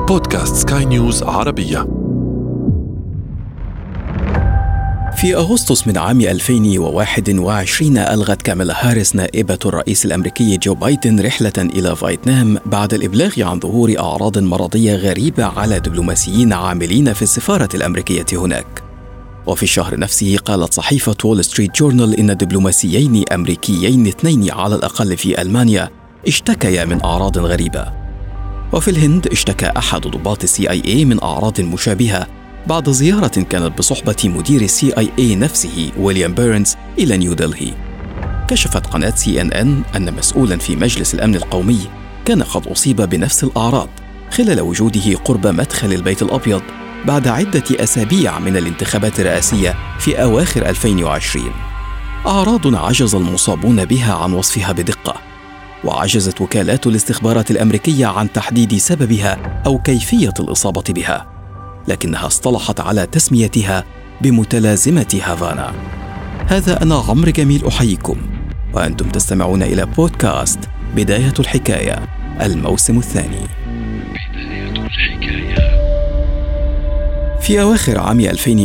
بودكاست سكاي نيوز عربية. في أغسطس من عام 2021 ألغت كاميلا هاريس نائبة الرئيس الأمريكي جو بايدن رحلة إلى فيتنام بعد الإبلاغ عن ظهور أعراض مرضية غريبة على دبلوماسيين عاملين في السفارة الأمريكية هناك. وفي الشهر نفسه قالت صحيفة وول ستريت جورنال إن دبلوماسيين أمريكيين 2 على الأقل في ألمانيا اشتكيا من أعراض غريبة. وفي الهند اشتكى أحد ضباط CIA من أعراض مشابهة بعد زيارة كانت بصحبة مدير CIA نفسه ويليام بيرنز إلى نيودلهي. كشفت قناة CNN أن مسؤولا في مجلس الأمن القومي كان قد أصيب بنفس الأعراض خلال وجوده قرب مدخل البيت الأبيض بعد عدة أسابيع من الانتخابات الرئاسية في أواخر 2020. أعراض عجز المصابون بها عن وصفها بدقة، وعجزت وكالات الاستخبارات الأمريكية عن تحديد سببها أو كيفية الإصابة بها، لكنها اصطلحت على تسميتها بمتلازمة هافانا. هذا أنا عمرو جميل أحييكم، وأنتم تستمعون إلى بودكاست بداية الحكاية الموسم الثاني. بداية الحكاية. في أواخر عام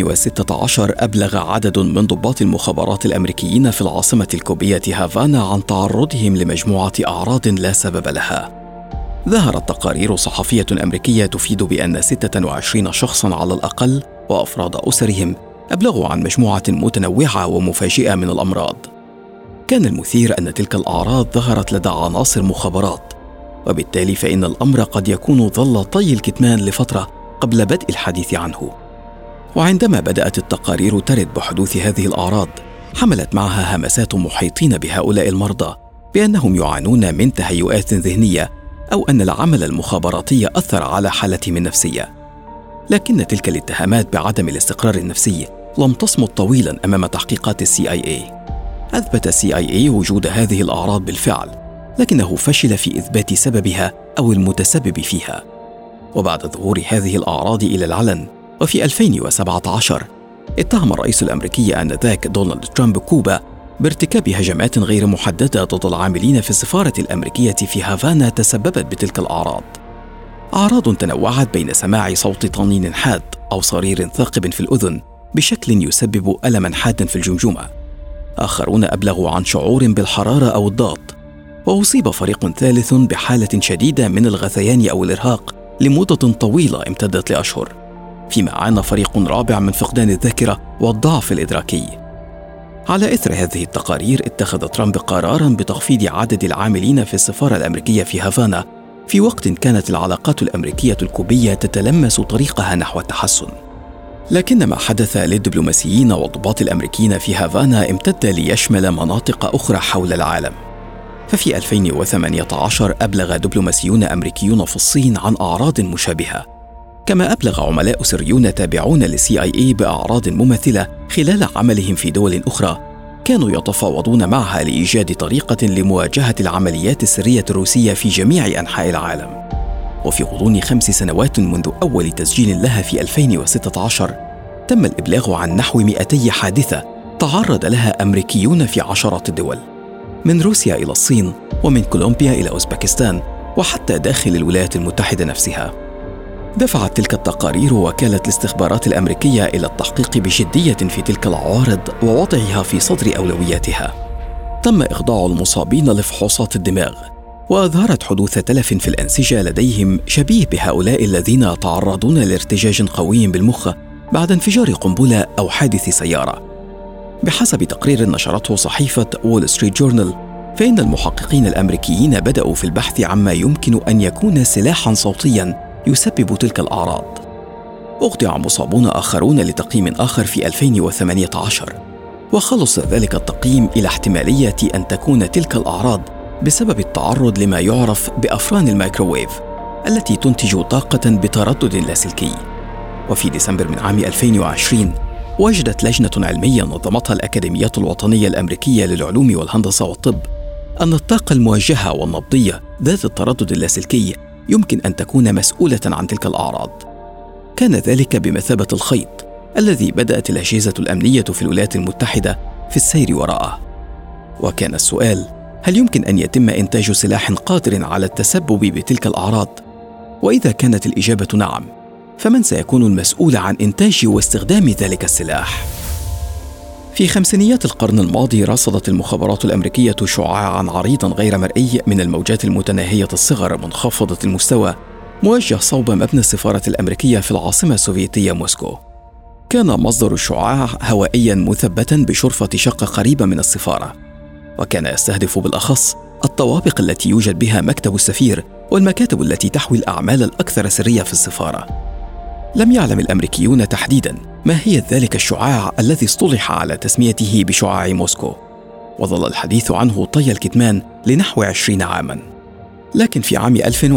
2016 أبلغ عدد من ضباط المخابرات الأمريكيين في العاصمة الكوبية هافانا عن تعرضهم لمجموعة أعراض لا سبب لها. ظهرت تقارير صحفية أمريكية تفيد بأن 26 شخصاً على الأقل وأفراد أسرهم أبلغوا عن مجموعة متنوعة ومفاجئة من الأمراض. كان المثير أن تلك الأعراض ظهرت لدى عناصر مخابرات، وبالتالي فإن الأمر قد يكون ظل طي الكتمان لفترة قبل بدء الحديث عنه. وعندما بدأت التقارير ترد بحدوث هذه الأعراض، حملت معها همسات محيطين بهؤلاء المرضى بأنهم يعانون من تهيؤات ذهنية أو أن العمل المخابراتي أثر على حالتهم النفسية. لكن تلك الاتهامات بعدم الاستقرار النفسي لم تصمد طويلا أمام تحقيقات CIA. أثبت CIA وجود هذه الأعراض بالفعل، لكنه فشل في إثبات سببها أو المتسبب فيها. وبعد ظهور هذه الأعراض إلى العلن، وفي 2017 اتهم الرئيس الأمريكي آنذاك دونالد ترامب كوبا بارتكاب هجمات غير محددة ضد العاملين في السفارة الأمريكية في هافانا تسببت بتلك الأعراض. أعراض تنوعت بين سماع صوت طنين حاد أو صرير ثاقب في الأذن بشكل يسبب ألماً حاداً في الجمجمة. آخرون أبلغوا عن شعور بالحرارة أو الضغط، وأصيب فريق ثالث بحالة شديدة من الغثيان أو الإرهاق لمدة طويلة امتدت لأشهر، فيما عانى فريق رابع من فقدان الذاكرة والضعف الإدراكي. على إثر هذه التقارير اتخذ ترامب قراراً بتخفيض عدد العاملين في السفارة الأمريكية في هافانا في وقت كانت العلاقات الأمريكية الكوبية تتلمس طريقها نحو التحسن. لكن ما حدث للدبلوماسيين والضباط الأمريكيين في هافانا امتد ليشمل مناطق أخرى حول العالم. ففي 2018 أبلغ دبلوماسيون أمريكيون في الصين عن أعراض مشابهة، كما أبلغ عملاء سريون تابعون للCIA بأعراض مماثلة خلال عملهم في دول أخرى كانوا يتفاوضون معها لإيجاد طريقة لمواجهة العمليات السرية الروسية في جميع أنحاء العالم. وفي غضون 5 سنوات منذ أول تسجيل لها في 2016 تم الإبلاغ عن نحو 200 حادثة تعرض لها أمريكيون في عشرات الدول، من روسيا إلى الصين، ومن كولومبيا إلى أوزبكستان، وحتى داخل الولايات المتحدة نفسها. دفعت تلك التقارير وكالة الاستخبارات الأمريكية إلى التحقيق بجدية في تلك العوارض ووضعها في صدر أولوياتها. تم إخضاع المصابين لفحوصات الدماغ، وأظهرت حدوث تلف في الأنسجة لديهم شبيه بهؤلاء الذين يتعرضون لارتجاج قوي بالمخ بعد انفجار قنبلة أو حادث سيارة. بحسب تقرير نشرته صحيفة وول ستريت جورنال، فإن المحققين الأمريكيين بدأوا في البحث عما يمكن أن يكون سلاحاً صوتياً يسبب تلك الأعراض. أخضع مصابون آخرون لتقييم آخر في 2018، وخلص ذلك التقييم إلى احتمالية أن تكون تلك الأعراض بسبب التعرض لما يعرف بأفران الميكروويف التي تنتج طاقة بتردد لاسلكي. وفي ديسمبر من عام 2020 وجدت لجنة علمية نظمتها الأكاديمية الوطنية الأمريكية للعلوم والهندسة والطب أن الطاقة الموجهة والنبضية ذات التردد اللاسلكي يمكن أن تكون مسؤولة عن تلك الأعراض. كان ذلك بمثابة الخيط الذي بدأت الأجهزة الأمنية في الولايات المتحدة في السير وراءه. وكان السؤال: هل يمكن أن يتم إنتاج سلاح قادر على التسبب بتلك الأعراض؟ وإذا كانت الإجابة نعم، فمن سيكون المسؤول عن إنتاج واستخدام ذلك السلاح؟ في خمسينيات القرن الماضي رصدت المخابرات الأمريكية شعاعاً عريضاً غير مرئي من الموجات المتناهية الصغر منخفضة المستوى موجه صوب مبنى السفارة الأمريكية في العاصمة السوفيتية موسكو. كان مصدر الشعاع هوائياً مثبتاً بشرفة شقة قريبة من السفارة، وكان يستهدف بالأخص الطوابق التي يوجد بها مكتب السفير والمكاتب التي تحوي الأعمال الأكثر سرية في السفارة. لم يعلم الأمريكيون تحديداً ما هي ذلك الشعاع الذي اصطلح على تسميته بشعاع موسكو، وظل الحديث عنه طي الكتمان لنحو 20 عاماً. لكن في عام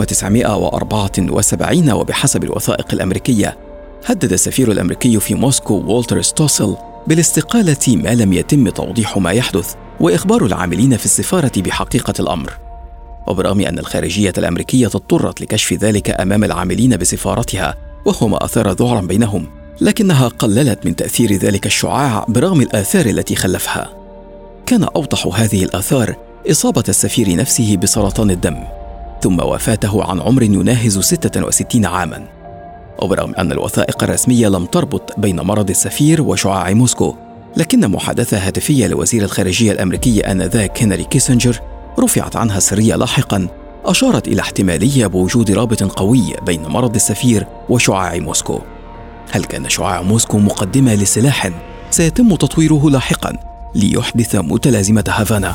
1974 وبحسب الوثائق الأمريكية هدد السفير الأمريكي في موسكو والتر ستوسل بالاستقالة ما لم يتم توضيح ما يحدث وإخبار العاملين في السفارة بحقيقة الأمر. وبرغم أن الخارجية الأمريكية اضطرت لكشف ذلك أمام العاملين بسفارتها وهو ما أثار ذعراً بينهم، لكنها قللت من تأثير ذلك الشعاع برغم الآثار التي خلفها. كان أوضح هذه الآثار إصابة السفير نفسه بسرطان الدم، ثم وفاته عن عمر يناهز 66 عاماً. وبرغم أن الوثائق الرسمية لم تربط بين مرض السفير وشعاع موسكو، لكن محادثة هاتفية لوزير الخارجية الأمريكي آنذاك هنري كيسنجر رفعت عنها سرية لاحقاً أشارت إلى احتمالية بوجود رابط قوي بين مرض السفير وشعاع موسكو. هل كان شعاع موسكو مقدمة لسلاح سيتم تطويره لاحقاً ليحدث متلازمة هافانا؟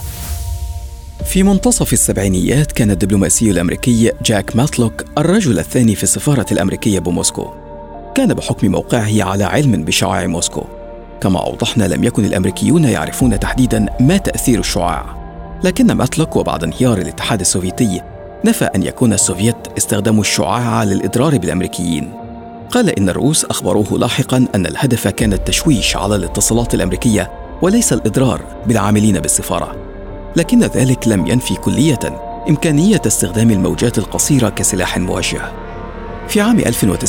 في منتصف السبعينيات كان الدبلوماسي الأمريكي جاك ماتلوك الرجل الثاني في السفارة الأمريكية بموسكو. كان بحكم موقعه على علم بشعاع موسكو. كما أوضحنا لم يكن الأمريكيون يعرفون تحديداً ما تأثير الشعاع، لكن ماتلوك وبعد انهيار الاتحاد السوفيتي نفى أن يكون السوفيت استخدموا الشعاع للإضرار بالأمريكيين. قال إن الروس أخبروه لاحقاً أن الهدف كان التشويش على الاتصالات الأمريكية وليس الإضرار بالعاملين بالسفارة، لكن ذلك لم ينفي كلية إمكانية استخدام الموجات القصيرة كسلاح موجه. في عام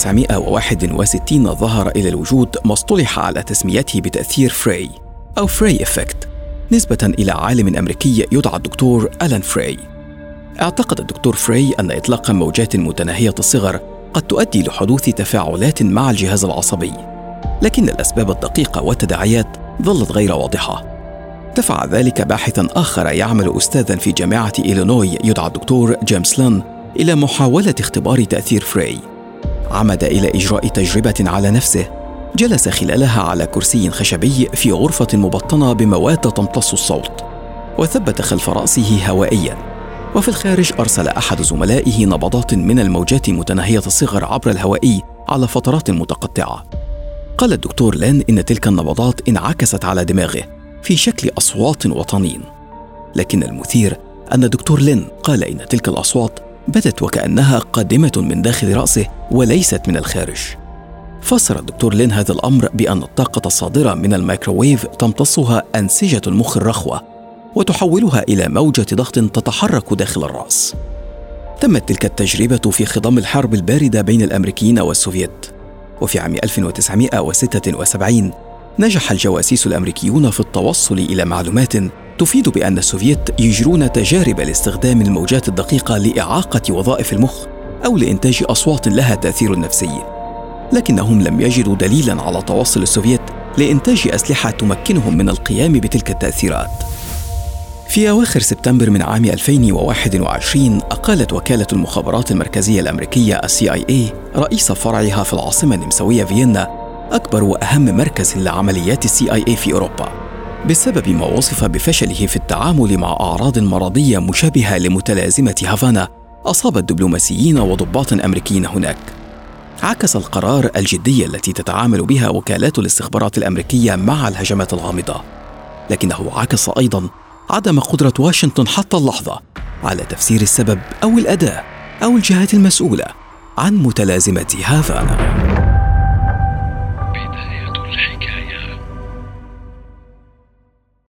1961 ظهر إلى الوجود ما اصطلح على تسميته بتأثير فري أو فري إفكت، نسبة إلى عالم أمريكي يدعى الدكتور ألان فري. اعتقد الدكتور فري أن إطلاق موجات متناهية الصغر قد تؤدي لحدوث تفاعلات مع الجهاز العصبي، لكن الأسباب الدقيقة والتداعيات ظلت غير واضحة. دفع ذلك باحثاً آخر يعمل أستاذاً في جامعة إلينوي يدعى الدكتور جيمس لان إلى محاولة اختبار تأثير فري. عمد إلى إجراء تجربة على نفسه، جلس خلالها على كرسي خشبي في غرفة مبطنة بمواد تمتص الصوت، وثبت خلف رأسه هوائياً، وفي الخارج أرسل أحد زملائه نبضات من الموجات متناهية الصغر عبر الهوائي على فترات متقطعة. قال الدكتور لان إن تلك النبضات انعكست على دماغه في شكل أصوات وطنين، لكن المثير أن الدكتور لين قال إن تلك الأصوات بدت وكأنها قادمة من داخل رأسه وليست من الخارج. فسر الدكتور لين هذا الأمر بأن الطاقة الصادرة من الميكروويف تمتصها أنسجة المخ الرخوة وتحولها إلى موجة ضغط تتحرك داخل الرأس. تمت تلك التجربة في خضم الحرب الباردة بين الأمريكيين والسوفيت، وفي عام 1976 نجح الجواسيس الأمريكيون في التوصل إلى معلومات تفيد بأن السوفيت يجرون تجارب لاستخدام الموجات الدقيقة لإعاقة وظائف المخ أو لإنتاج أصوات لها تأثير نفسي، لكنهم لم يجدوا دليلاً على توصل السوفيت لإنتاج أسلحة تمكنهم من القيام بتلك التأثيرات. في أواخر سبتمبر من عام 2021 أقالت وكالة المخابرات المركزية الأمريكية CIA رئيس فرعها في العاصمة النمساوية فيينا، أكبر وأهم مركز لعمليات CIA في أوروبا، بسبب ما وصف بفشله في التعامل مع أعراض مرضية مشابهة لمتلازمة هافانا أصابت دبلوماسيين وضباط أمريكيين هناك. عكس القرار الجدية التي تتعامل بها وكالات الاستخبارات الأمريكية مع الهجمات الغامضة، لكنه عكس أيضاً عدم قدرة واشنطن حتى اللحظة على تفسير السبب أو الأداة أو الجهات المسؤولة عن متلازمة هافانا. بداية الحكاية.